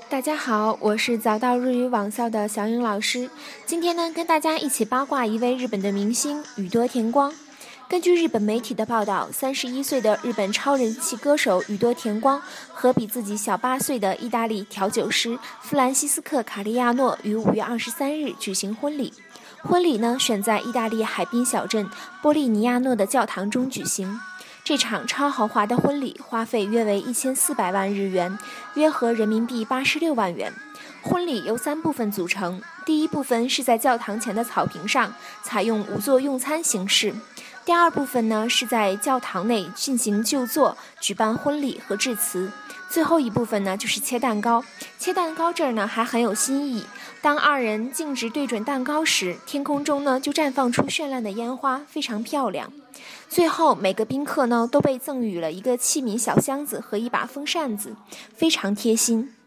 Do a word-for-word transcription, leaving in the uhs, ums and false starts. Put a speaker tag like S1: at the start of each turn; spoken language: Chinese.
S1: 大家好，我是早到日语网校的小颖老师。今天呢，跟大家一起八卦一位日本的明星宇多田光。根据日本媒体的报道，三十一岁的日本超人气歌手宇多田光和比自己小八岁的意大利调酒师弗兰西斯克·卡利亚诺于五月二十三日举行婚礼。婚礼呢，选在意大利海滨小镇波利尼亚诺的教堂中举行。这场超豪华的婚礼花费约为一千四百万日元，约合人民币八十六万元。婚礼由三部分组成，第一部分是在教堂前的草坪上，采用无座用餐形式；第二部分呢是在教堂内进行就座，举办婚礼和致辞；最后一部分呢就是切蛋糕。切蛋糕这儿呢还很有新意，当二人径直对准蛋糕时，天空中呢就绽放出绚烂的烟花，非常漂亮。最后每个宾客呢都被赠予了一个器皿小箱子和一把风扇子，非常贴心。